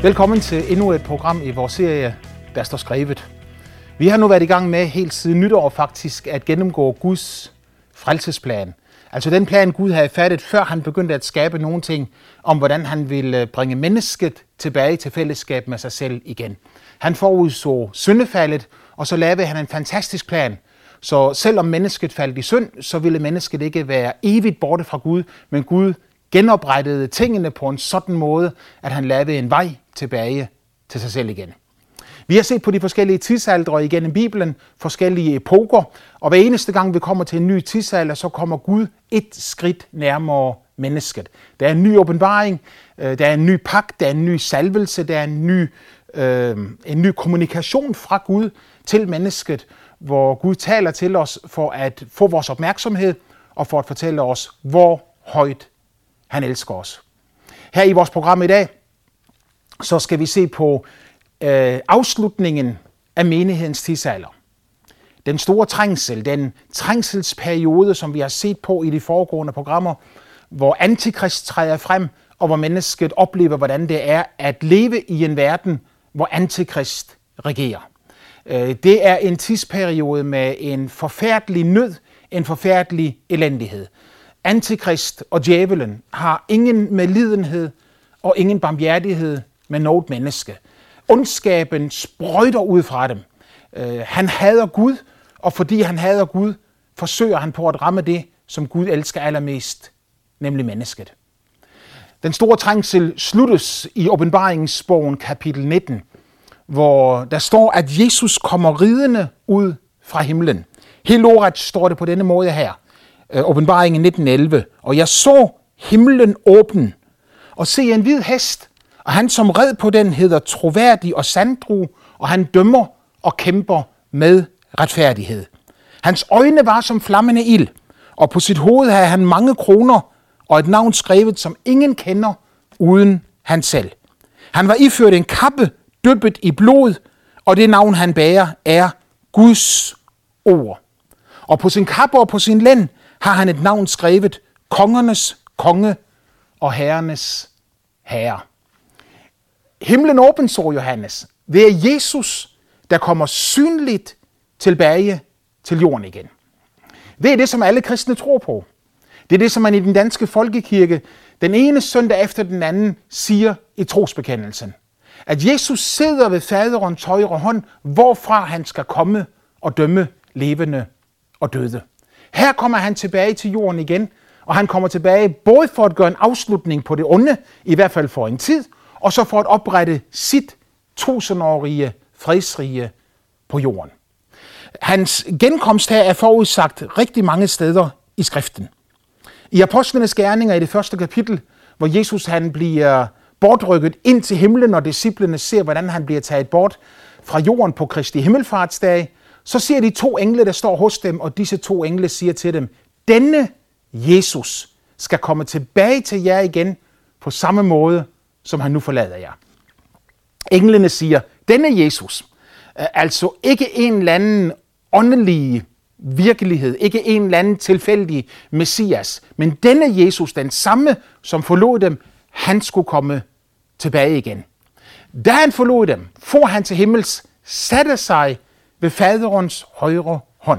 Velkommen til endnu et program i vores serie, der står skrevet. Vi har nu været i gang med helt siden nytår faktisk at gennemgå Guds frelsesplan. Altså den plan, Gud havde fattet, før han begyndte at skabe nogle ting om, hvordan han ville bringe mennesket tilbage til fællesskab med sig selv igen. Han forudså syndefaldet, og så lavede han en fantastisk plan. Så selvom mennesket faldt i synd, så ville mennesket ikke være evigt borte fra Gud, men Gud genoprettede tingene på en sådan måde, at han lavede en vej tilbage til sig selv igen. Vi har set på de forskellige tidsaldre igennem Bibelen, forskellige epoker, og hver eneste gang vi kommer til en ny tidsalder, så kommer Gud et skridt nærmere mennesket. Der er en ny åbenbaring, der er en ny pagt, der er en ny salvelse, der er en ny kommunikation fra Gud til mennesket, hvor Gud taler til os for at få vores opmærksomhed og for at fortælle os, hvor højt han elsker os. Her i vores program i dag, så skal vi se på afslutningen af menighedens tidsalder. Den store trængsel, den trængselsperiode, som vi har set på i de foregående programmer, hvor antikrist træder frem, og hvor mennesket oplever, hvordan det er at leve i en verden, hvor antikrist regerer. Det er en tidsperiode med en forfærdelig nød, en forfærdelig elendighed. Antikrist og djævelen har ingen medlidenhed og ingen barmhjertighed med noget menneske. Ondskaben sprøjter ud fra dem. Han hader Gud, og fordi han hader Gud, forsøger han på at ramme det, som Gud elsker allermest, nemlig mennesket. Den store trængsel sluttes i Åbenbaringsbogen kapitel 19, hvor der står, at Jesus kommer ridende ud fra himlen. Helt ordret står det på denne måde her. Åbenbaringen 19:11. Og jeg så himlen åben, og se en hvid hest, og han som red på den hedder troværdig og sandtro, og han dømmer og kæmper med retfærdighed. Hans øjne var som flammende ild, og på sit hoved havde han mange kroner, og et navn skrevet, som ingen kender uden han selv. Han var iført en kappe dyppet i blod, og det navn han bærer er Guds ord. Og på sin kappe og på sin lænd har han et navn skrevet, kongernes konge og herrenes herre. Himlen åben, så Johannes. Det er Jesus, der kommer synligt tilbage til jorden igen. Det er det, som alle kristne tror på. Det er det, som man i den danske folkekirke den ene søndag efter den anden siger i trosbekendelsen. At Jesus sidder ved faderens højre hånd, hvorfra han skal komme og dømme levende og døde. Her kommer han tilbage til jorden igen, og han kommer tilbage både for at gøre en afslutning på det onde, i hvert fald for en tid, og så for at oprette sit 1000-årige fredsrige på jorden. Hans genkomst her er forudsagt rigtig mange steder i skriften. I Apostlenes Gerninger i det første kapitel, hvor Jesus han bliver bortrykket ind til himlen, og disciplene ser, hvordan han bliver taget bort fra jorden på Kristi himmelfartsdag, så ser de to engle, der står hos dem, og disse to engle siger til dem, denne Jesus skal komme tilbage til jer igen på samme måde, som han nu forlader jer. Englene siger, denne Jesus, altså ikke en eller anden åndelig virkelighed, ikke en eller anden tilfældig messias, men denne Jesus, den samme, som forlod dem, han skulle komme tilbage igen. Da han forlod dem, for han til himmels, satte sig ved faderens højre hånd.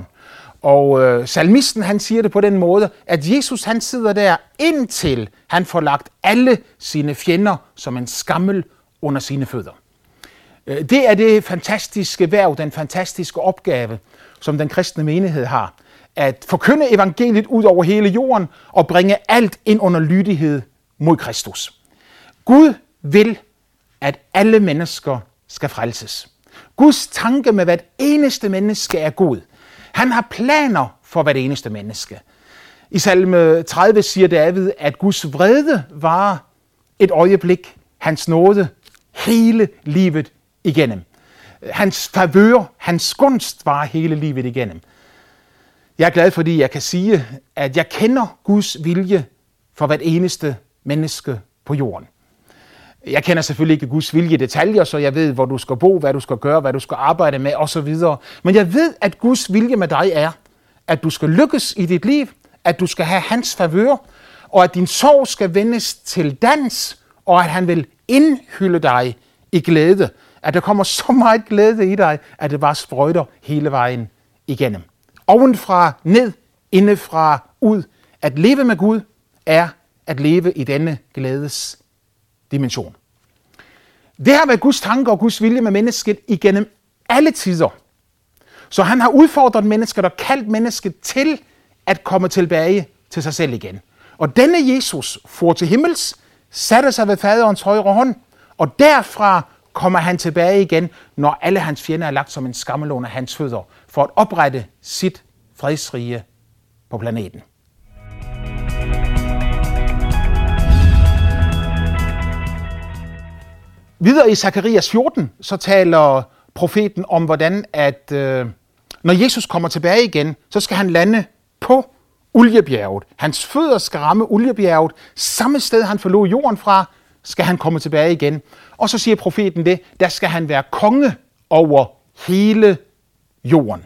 Og salmisten han siger det på den måde, at Jesus han sidder der indtil han får lagt alle sine fjender som en skammel under sine fødder. Det er det fantastiske værv, den fantastiske opgave, som den kristne menighed har. At forkynde evangeliet ud over hele jorden og bringe alt ind under lydighed mod Kristus. Gud vil, at alle mennesker skal frelses. Guds tanke med hvert eneste menneske er god. Han har planer for hvert eneste menneske. I salme 30 siger David, at Guds vrede varer et øjeblik, hans nåde hele livet igennem. Hans favør, hans gunst varer hele livet igennem. Jeg er glad, fordi jeg kan sige, at jeg kender Guds vilje for hvert eneste menneske på jorden. Jeg kender selvfølgelig ikke Guds vilje i detaljer, så jeg ved, hvor du skal bo, hvad du skal gøre, hvad du skal arbejde med osv. Men jeg ved, at Guds vilje med dig er, at du skal lykkes i dit liv, at du skal have hans favør, og at din sorg skal vendes til dans, og at han vil indhylde dig i glæde. At der kommer så meget glæde i dig, at det bare sprøjter hele vejen igennem. Ovenfra, ned, indefra, ud. At leve med Gud er at leve i denne glædes dimension. Det har været Guds tanker og Guds vilje med mennesket igennem alle tider. Så han har udfordret mennesket og kaldt mennesket til at komme tilbage til sig selv igen. Og denne Jesus for til himmels, satte sig ved faderens højre hånd, og derfra kommer han tilbage igen, når alle hans fjender er lagt som en skammelån under hans fødder, for at oprette sit fredsrige på planeten. Videre i Zakarias 14, så taler profeten om, hvordan at når Jesus kommer tilbage igen, så skal han lande på Oliebjerget. Hans fødder skal ramme Oliebjerget. Samme sted, han forlod jorden fra, skal han komme tilbage igen. Og så siger profeten det, der skal han være konge over hele jorden.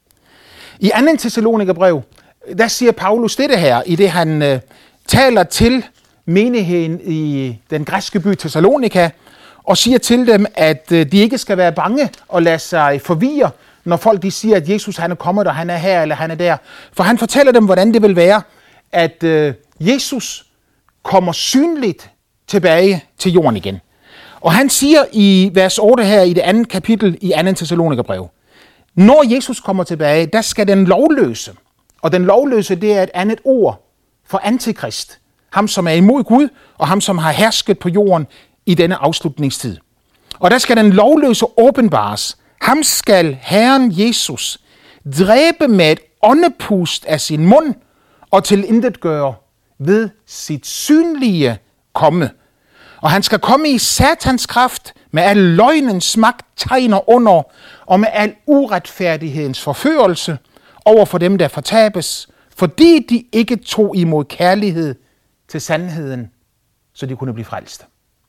I 2. Thessalonikerbrev, der siger Paulus dette her, i det han taler til menigheden i den græske by Thessalonika, og siger til dem, at de ikke skal være bange og lade sig forvirre, når folk de siger, at Jesus han er kommet, og han er her, eller han er der. For han fortæller dem, hvordan det vil være, at Jesus kommer synligt tilbage til jorden igen. Og han siger i vers 8 her i det andet kapitel i 2. Thessalonikerbrev, når Jesus kommer tilbage, der skal den lovløse, og den lovløse det er et andet ord for antikrist, ham som er imod Gud, og ham som har hersket på jorden i denne afslutningstid. Og der skal den lovløse åbenbares. Ham skal Herren Jesus dræbe med et åndepust af sin mund og tilintetgøre ved sit synlige komme. Og han skal komme i Satans kraft med al løgnens magt, tegner under og med al uretfærdighedens forførelse over for dem, der fortabes, fordi de ikke tog imod kærlighed til sandheden, så de kunne blive frelst.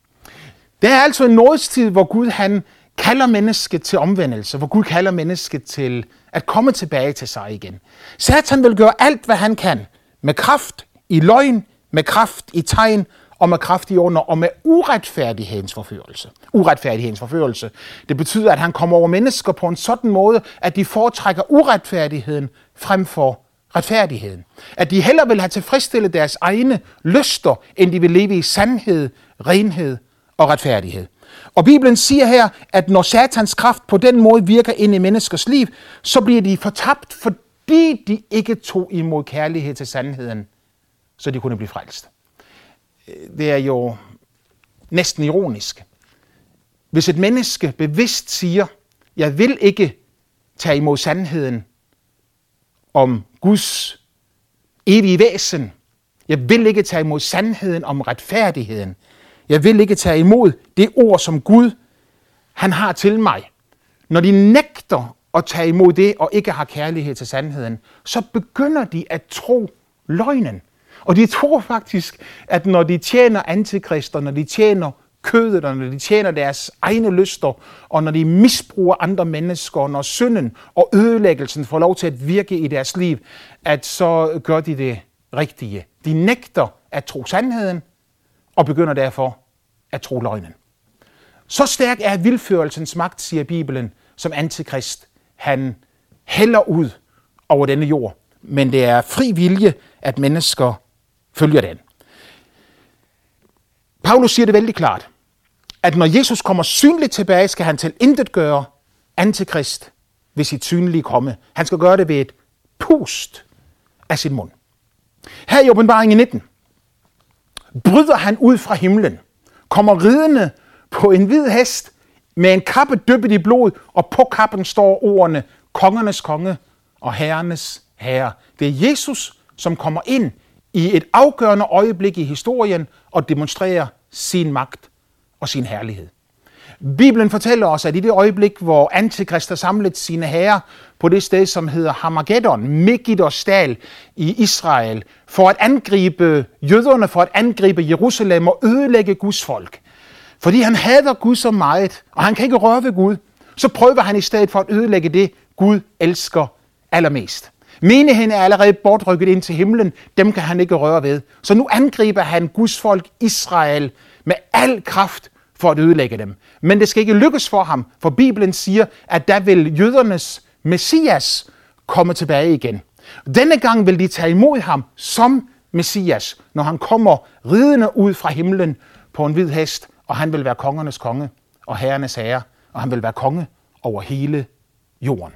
Det er altså en nådestid, hvor Gud han kalder mennesket til omvendelse, hvor Gud kalder mennesket til at komme tilbage til sig igen. Satan vil gøre alt, hvad han kan, med kraft i løgn, med kraft i tegn og med kraft i under, og med uretfærdighedens forførelse. Uretfærdighedens forførelse, det betyder, at han kommer over mennesker på en sådan måde, at de foretrækker uretfærdigheden frem for retfærdigheden. At de hellere vil have tilfredsstillet deres egne lyster, end de vil leve i sandhed, renhed og retfærdighed. Og Bibelen siger her, at når Satans kraft på den måde virker ind i menneskers liv, så bliver de fortabt, fordi de ikke tog imod kærlighed til sandheden, så de kunne blive frelst. Det er jo næsten ironisk. Hvis et menneske bevidst siger, jeg vil ikke tage imod sandheden om Guds evige væsen, jeg vil ikke tage imod sandheden om retfærdigheden, jeg vil ikke tage imod det ord, som Gud han har til mig. Når de nægter at tage imod det og ikke har kærlighed til sandheden, så begynder de at tro løgnen. Og de tror faktisk, at når de tjener antikrister, når de tjener kødet, og når de tjener deres egne lyster, og når de misbruger andre mennesker, når synden og ødelæggelsen får lov til at virke i deres liv, at så gør de det rigtige. De nægter at tro sandheden, og begynder derfor at tro løgnen. Så stærk er vildførelsens magt, siger Bibelen, som antikrist han hælder ud over denne jord. Men det er fri vilje, at mennesker følger den. Paulus siger det vældig klart, at når Jesus kommer synligt tilbage, skal han tilintetgøre antikrist ved sit synlige komme. Han skal gøre det ved et pust af sin mund. Her i Åbenbaringen 19 bryder han ud fra himlen, kommer ridende på en hvid hest med en kappe dyppet i blod, og på kappen står ordene kongernes konge og herrenes herre. Det er Jesus, som kommer ind i et afgørende øjeblik i historien og demonstrerer sin magt og sin herlighed. Bibelen fortæller os, at i det øjeblik, hvor Antikrist har samlet sine hære på det sted, som hedder Harmageddon, Megiddos dal i Israel, for at angribe jøderne, for at angribe Jerusalem og ødelægge Guds folk. Fordi han hader Gud så meget, og han kan ikke røre ved Gud, så prøver han i stedet for at ødelægge det, Gud elsker allermest. Menigheden er allerede bortrykket ind til himlen, dem kan han ikke røre ved. Så nu angriber han Guds folk Israel med al kraft for at ødelægge dem. Men det skal ikke lykkes for ham, for Bibelen siger, at der vil jødernes Messias komme tilbage igen. Denne gang vil de tage imod ham som Messias, når han kommer ridende ud fra himlen på en hvid hest, og han vil være kongernes konge og herrenes herre, og han vil være konge over hele jorden.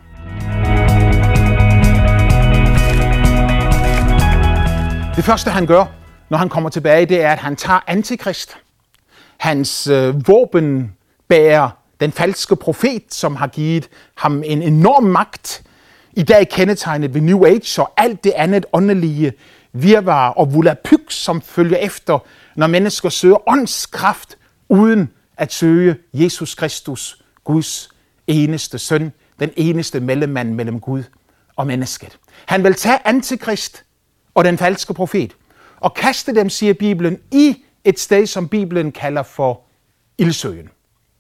Det første han gør, når han kommer tilbage, det er, at han tager Antikrist, hans våbenbærer, den falske profet, som har givet ham en enorm magt, i dag kendetegnet ved New Age og alt det andet åndelige virvar og volapyk, som følger efter, når mennesker søger åndskraft, uden at søge Jesus Kristus, Guds eneste søn, den eneste mellemmand mellem Gud og mennesket. Han vil tage Antikrist og den falske profet og kaste dem, siger Bibelen, i et sted, som Bibelen kalder for ildsøen.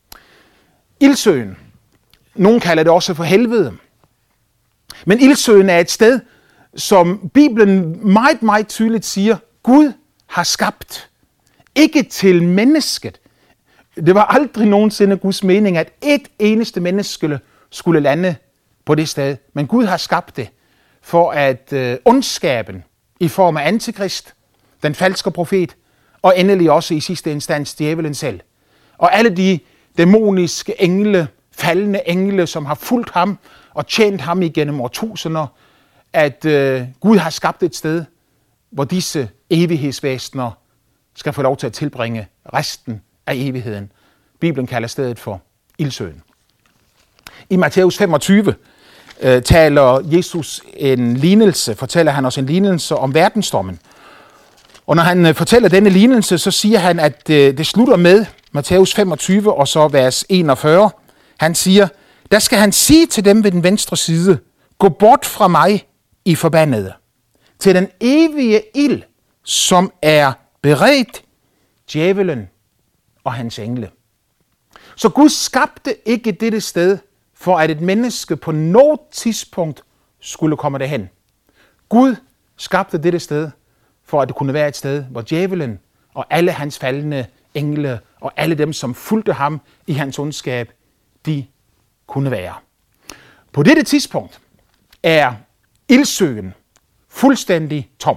Ildsøen. Nogen kalder det også for helvede. Men ildsøen er et sted, som Bibelen meget, meget tydeligt siger, Gud har skabt. Ikke til mennesket. Det var aldrig nogensinde Guds mening, at et eneste menneske skulle lande på det sted. Men Gud har skabt det for at ondskaben i form af Antikrist, den falske profet, og endelig også i sidste instans djævelen selv. Og alle de dæmoniske engle, faldende engle, som har fulgt ham og tjent ham igennem årtusinder, at Gud har skabt et sted, hvor disse evighedsvæsener skal få lov til at tilbringe resten af evigheden. Bibelen kalder stedet for ildsøen. I Matthæus 25 taler Jesus fortæller han os en lignelse om verdensdommen. Og når han fortæller denne lignelse, så siger han, at det slutter med Matthæus 25 og så vers 41. Han siger, der skal han sige til dem ved den venstre side, gå bort fra mig, I forbandede, til den evige ild, som er beredt djævelen og hans engle. Så Gud skabte ikke dette sted, for at et menneske på noget tidspunkt skulle komme derhen. Gud skabte dette sted, for at det kunne være et sted, hvor djævelen og alle hans faldende engle og alle dem, som fulgte ham i hans ondskab, de kunne være. På dette tidspunkt er ildsøen fuldstændig tom.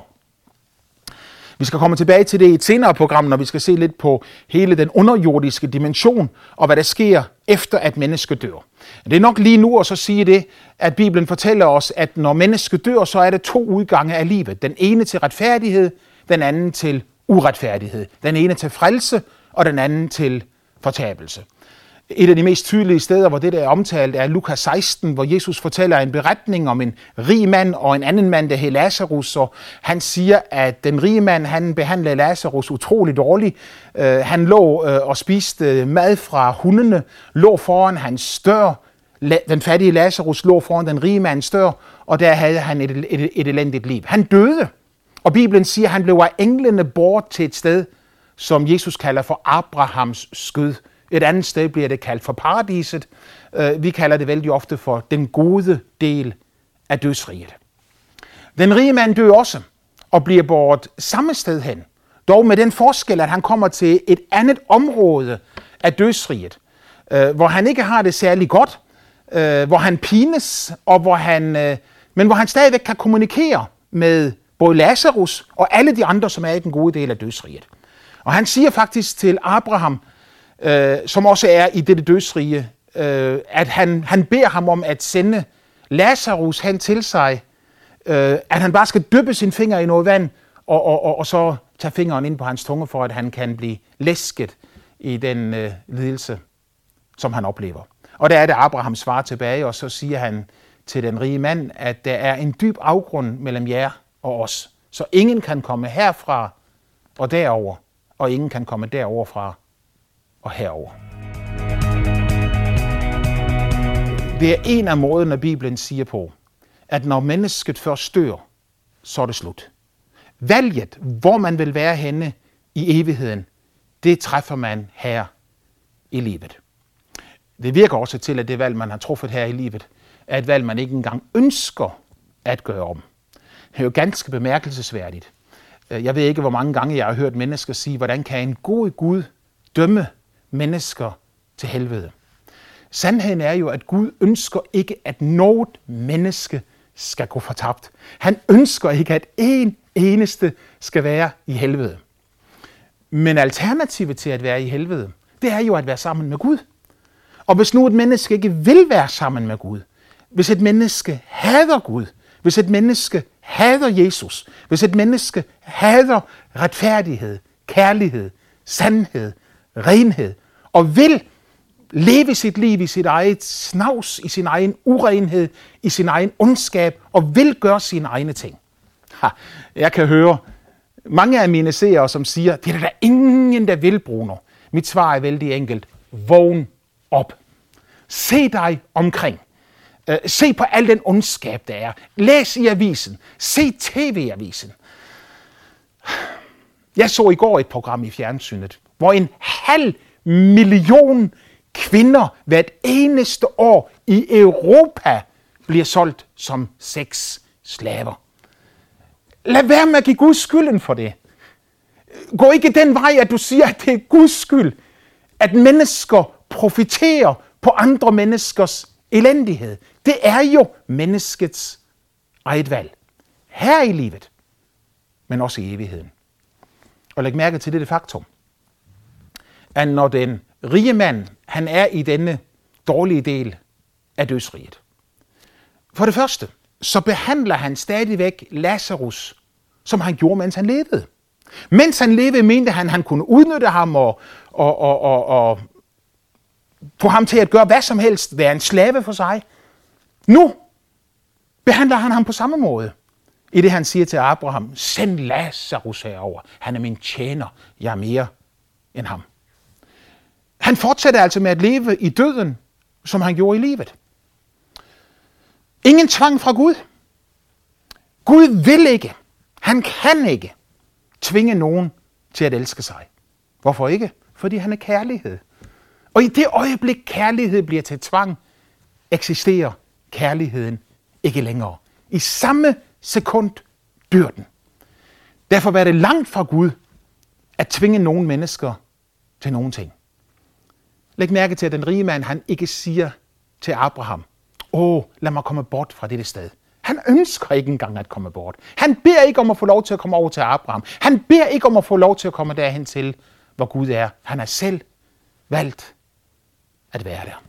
Vi skal komme tilbage til det i et senere program, når vi skal se lidt på hele den underjordiske dimension, og hvad der sker efter, at mennesket dør. Det er nok lige nu at så sige det, at Bibelen fortæller os, at når mennesket dør, så er der 2 udgange af livet. Den ene til retfærdighed, den anden til uretfærdighed. Den ene til frelse, og den anden til fortabelse. Et af de mest tydelige steder, hvor det der er omtalt, er Lukas 16, hvor Jesus fortæller en beretning om en rig mand og en anden mand, der hed Lazarus. Og han siger, at den rige mand, han behandlede Lazarus utrolig dårligt. Han lå og spiste mad fra hundene, lå foran hans dør. Den fattige Lazarus lå foran den rige mands dør, og der havde han et elendigt liv. Han døde, og Bibelen siger, at han blev af englene bort til et sted, som Jesus kalder for Abrahams skød. Et andet sted bliver det kaldt for paradiset. Vi kalder det vældig ofte for den gode del af dødsriget. Den rige mand dør også og bliver båret samme sted hen. Dog med den forskel, at han kommer til et andet område af dødsriget, hvor han ikke har det særlig godt, hvor han pines, og men hvor han stadigvæk kan kommunikere med både Lazarus og alle de andre, som er i den gode del af dødsriget. Og han siger faktisk til Abraham, som også er i dette dødsrige, at han beder ham om at sende Lazarus hen til sig, at han bare skal dyppe sin finger i noget vand, og så tage fingeren ind på hans tunge, for at han kan blive læsket i den lidelse, som han oplever. Og der er det, Abraham svarer tilbage, og så siger han til den rige mand, at der er en dyb afgrund mellem jer og os. Så ingen kan komme herfra og derover, og ingen kan komme derover fra og herover. Det er en af måderne, Bibelen siger på, at når mennesket først dør, så er det slut. Valget, hvor man vil være henne i evigheden, det træffer man her i livet. Det virker også til, at det valg, man har truffet her i livet, er et valg, man ikke engang ønsker at gøre om. Det er jo ganske bemærkelsesværdigt. Jeg ved ikke, hvor mange gange jeg har hørt mennesker sige, hvordan kan en god Gud dømme mennesker til helvede. Sandheden er jo, at Gud ønsker ikke, at noget menneske skal gå fortabt. Han ønsker ikke, at en eneste skal være i helvede. Men alternativet til at være i helvede, det er jo at være sammen med Gud. Og hvis nu et menneske ikke vil være sammen med Gud, hvis et menneske hader Gud, hvis et menneske hader Jesus, hvis et menneske hader retfærdighed, kærlighed, sandhed, renhed, og vil leve sit liv i sit eget snavs, i sin egen urenhed, i sin egen ondskab, og vil gøre sine egne ting. Jeg kan høre mange af mine seere, som siger, det er der ingen, der vil, Bruno. Mit svar er vældig enkelt. Vågn op. Se dig omkring. Se på al den ondskab, der er. Læs i avisen. Se tv-avisen. Jeg så i går et program i fjernsynet, hvor 500.000 kvinder hvert eneste år i Europa bliver solgt som sexslaver. Lad være med at give Gud skylden for det. Gå ikke den vej, at du siger, at det er Guds skyld, at mennesker profiterer på andre menneskers elendighed. Det er jo menneskets eget valg. Her i livet, men også i evigheden. Og læg mærke til det faktum, at når den rige mand, han er i denne dårlige del af dødsriget. For det første, så behandler han stadigvæk Lazarus, som han gjorde, mens han levede. Mens han levede, mente han kunne udnytte ham og få ham til at gøre hvad som helst, være en slave for sig. Nu behandler han ham på samme måde, i det han siger til Abraham, send Lazarus herover. Han er min tjener, jeg er mere end ham. Han fortsætter altså med at leve i døden, som han gjorde i livet. Ingen tvang fra Gud. Gud vil ikke, han kan ikke tvinge nogen til at elske sig. Hvorfor ikke? Fordi han er kærlighed. Og i det øjeblik kærlighed bliver til tvang, eksisterer kærligheden ikke længere. I samme sekund dør den. Derfor var det langt fra Gud at tvinge nogle mennesker til nogen ting. Læg mærke til, at den rige mand, han ikke siger til Abraham, lad mig komme bort fra dette sted. Han ønsker ikke engang at komme bort. Han beder ikke om at få lov til at komme over til Abraham. Han beder ikke om at få lov til at komme derhen til, hvor Gud er. Han har selv valgt at være der.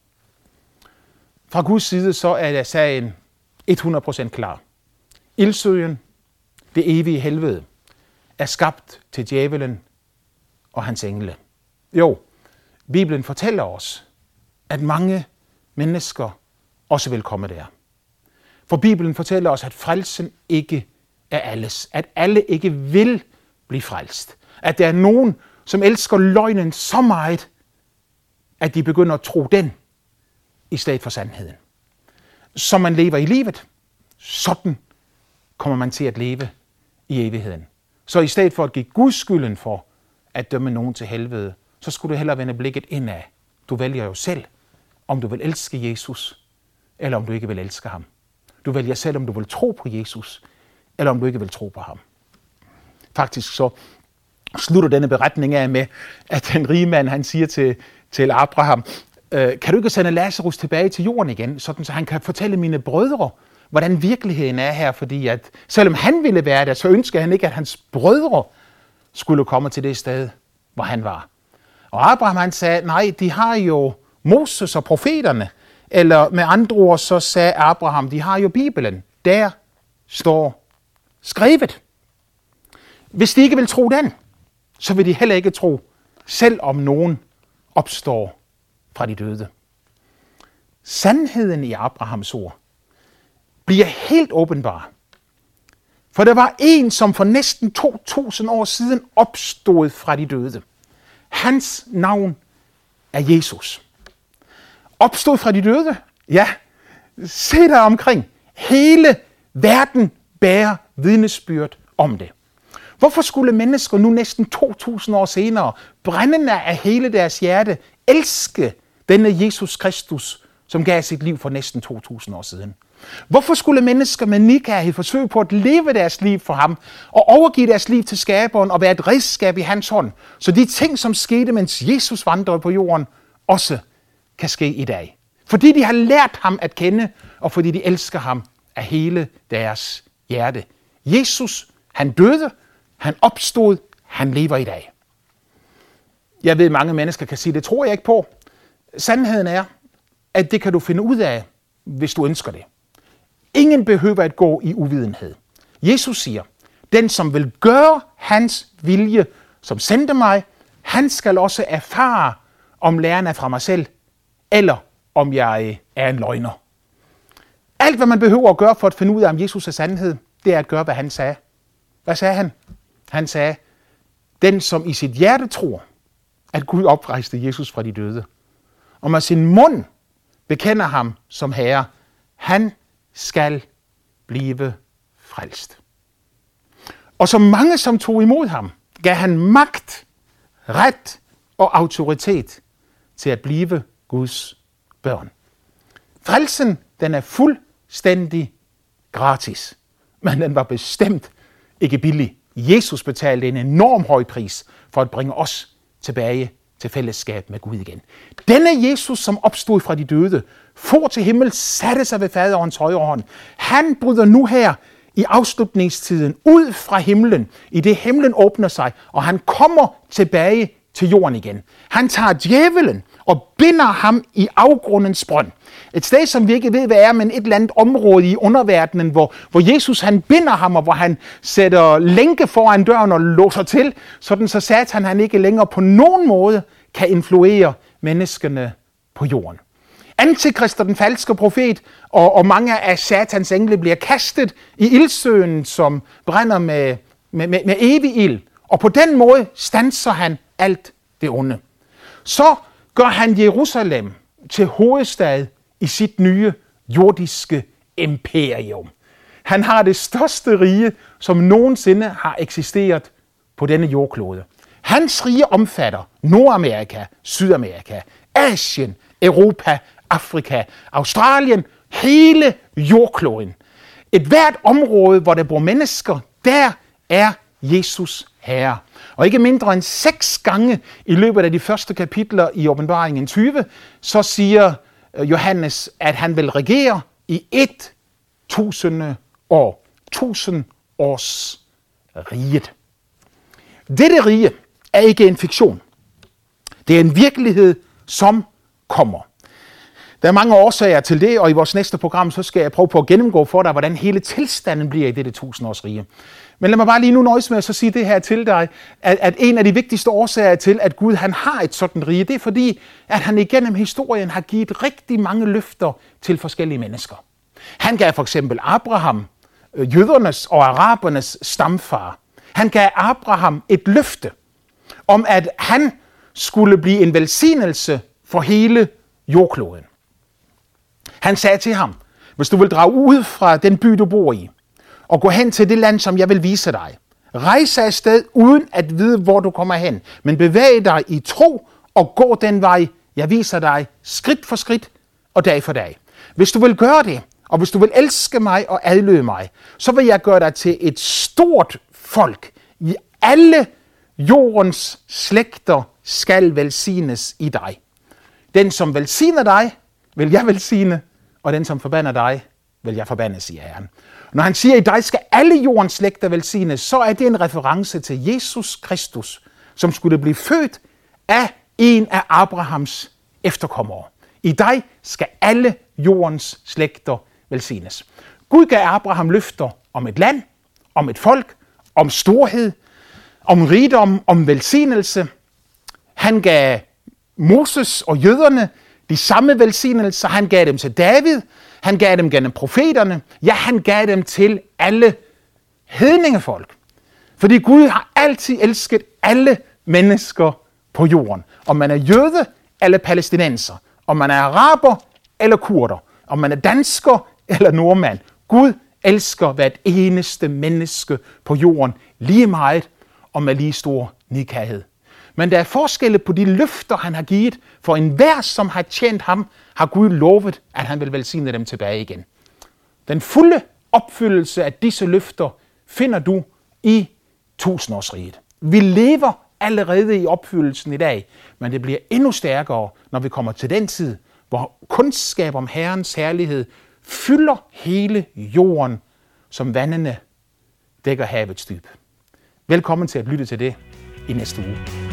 Fra Guds side så er sagen 100% klar. Ildsøen, det evige helvede, er skabt til djævelen og hans engle. Jo, Bibelen fortæller os, at mange mennesker også vil komme der. For Bibelen fortæller os, at frelsen ikke er alles. At alle ikke vil blive frelst. At der er nogen, som elsker løgnen så meget, at de begynder at tro den i stedet for sandheden. Som man lever i livet, sådan kommer man til at leve i evigheden. Så i stedet for at give Gud skylden for at dømme nogen til helvede, så skulle du hellere vende blikket indad. Du vælger jo selv, om du vil elske Jesus, eller om du ikke vil elske ham. Du vælger selv, om du vil tro på Jesus, eller om du ikke vil tro på ham. Faktisk så slutter denne beretning af med, at den rige mand, han siger til Abraham, kan du ikke sende Lazarus tilbage til jorden igen, sådan så han kan fortælle mine brødre, hvordan virkeligheden er her, fordi at selvom han ville være der, så ønsker han ikke, at hans brødre skulle komme til det sted, hvor han var. Og Abraham, han sagde, nej, de har jo Moses og profeterne, eller med andre ord, så sagde Abraham, de har jo Bibelen. Der står skrevet. Hvis de ikke vil tro den, så vil de heller ikke tro, selv om nogen opstår fra de døde. Sandheden i Abrahams ord bliver helt åbenbar. For der var en, som for næsten 2000 år siden opstod fra de døde. Hans navn er Jesus. Opstod fra de døde? Ja, se dig omkring. Hele verden bærer vidnesbyrd om det. Hvorfor skulle mennesker nu næsten 2000 år senere, brændende af hele deres hjerte, elske denne Jesus Kristus, som gav sit liv for næsten 2000 år siden? Hvorfor skulle mennesker med nidkærhed forsøge på at leve deres liv for ham, og overgive deres liv til skaberen og være et redskab i hans hånd, så de ting, som skete, mens Jesus vandrede på jorden, også kan ske i dag? Fordi de har lært ham at kende, og fordi de elsker ham af hele deres hjerte. Jesus, han døde, han opstod, han lever i dag. Jeg ved, mange mennesker kan sige, det tror jeg ikke på. Sandheden er, at det kan du finde ud af, hvis du ønsker det. Ingen behøver at gå i uvidenhed. Jesus siger, den som vil gøre hans vilje, som sendte mig, han skal også erfare, om læren er fra mig selv, eller om jeg er en løgner. Alt, hvad man behøver at gøre for at finde ud af, om Jesus er sandhed, det er at gøre, hvad han sagde. Hvad sagde han? Han sagde, den som i sit hjerte tror, at Gud oprejste Jesus fra de døde, og med sin mund bekender ham som herre, han skal blive frelst. Og så mange, som tog imod ham, gav han magt, ret og autoritet til at blive Guds børn. Frelsen, den er fuldstændig gratis, men den var bestemt ikke billig. Jesus betalte en enorm høj pris for at bringe os tilbage til fællesskab med Gud igen. Denne Jesus, som opstod fra de døde, for til himmel, satte sig ved faderens højre hånd. Han bryder nu her i afslutningstiden ud fra himlen, i det himlen åbner sig, og han kommer tilbage til jorden igen. Han tager djævelen og binder ham i afgrundens brønd. Et sted, som vi ikke ved, hvad er, men et eller andet område i underverdenen, hvor Jesus han binder ham, og hvor han sætter lænke foran døren og låser til, sådan så Satan han ikke længere på nogen måde kan influere menneskene på jorden. Antikrist og den falske profet og mange af Satans engle bliver kastet i ildsøen, som brænder med evig ild. Og på den måde standser han alt det onde. Så gør han Jerusalem til hovedstad i sit nye jordiske imperium. Han har det største rige, som nogensinde har eksisteret på denne jordklode. Hans rige omfatter Nordamerika, Sydamerika, Asien, Europa, Afrika, Australien, hele jordkloden. Et hvert område, hvor der bor mennesker, der er Jesus herre. Og ikke mindre end 6 gange i løbet af de første kapitler i Åbenbaringen 20, så siger Johannes, at han vil regere i 1000 år. 1000 års riget. Dette rige er ikke en fiktion. Det er en virkelighed, som kommer. Der er mange årsager til det, og i vores næste program, så skal jeg prøve på at gennemgå for dig, hvordan hele tilstanden bliver i dette 1000 års rige. Men lad mig bare lige nu nøjes med at så sige det her til dig, at en af de vigtigste årsager til, at Gud han har et sådan rige, det er fordi, at han igennem historien har givet rigtig mange løfter til forskellige mennesker. Han gav for eksempel Abraham, jødernes og arabernes stamfar. Han gav Abraham et løfte om, at han skulle blive en velsignelse for hele jordkloden. Han sagde til ham, hvis du vil drage ud fra den by, du bor i, og gå hen til det land, som jeg vil vise dig, rejs afsted uden at vide, hvor du kommer hen, men bevæg dig i tro og gå den vej, jeg viser dig skridt for skridt og dag for dag. Hvis du vil gøre det, og hvis du vil elske mig og adlyde mig, så vil jeg gøre dig til et stort folk. I alle jordens slægter skal velsignes i dig. Den, som velsigner dig, vil jeg velsigne, og den, som forbander dig, vil jeg forbande, siger Herren. Når han siger, at i dig skal alle jordens slægter velsignes, så er det en reference til Jesus Kristus, som skulle blive født af en af Abrahams efterkommere. I dig skal alle jordens slægter velsignes. Gud gav Abraham løfter om et land, om et folk, om storhed, om rigdom, om velsignelse. Han gav Moses og jøderne de samme velsignelser. Han gav dem til David. Han gav dem gennem profeterne. Ja, han gav dem til alle hedningefolk. Fordi Gud har altid elsket alle mennesker på jorden. Om man er jøde eller palæstinenser. Om man er araber eller kurder. Om man er dansker eller nordmand. Gud elsker hvert eneste menneske på jorden lige meget og med lige stor nidkærhed. Men der er forskelle på de løfter, han har givet. For enhver, som har tjent ham, har Gud lovet, at han vil velsigne dem tilbage igen. Den fulde opfyldelse af disse løfter finder du i tusindårsriget. Vi lever allerede i opfyldelsen i dag, men det bliver endnu stærkere, når vi kommer til den tid, hvor kundskab om Herrens herlighed fylder hele jorden, som vandene dækker havets dyb. Velkommen til at lytte til det i næste uge.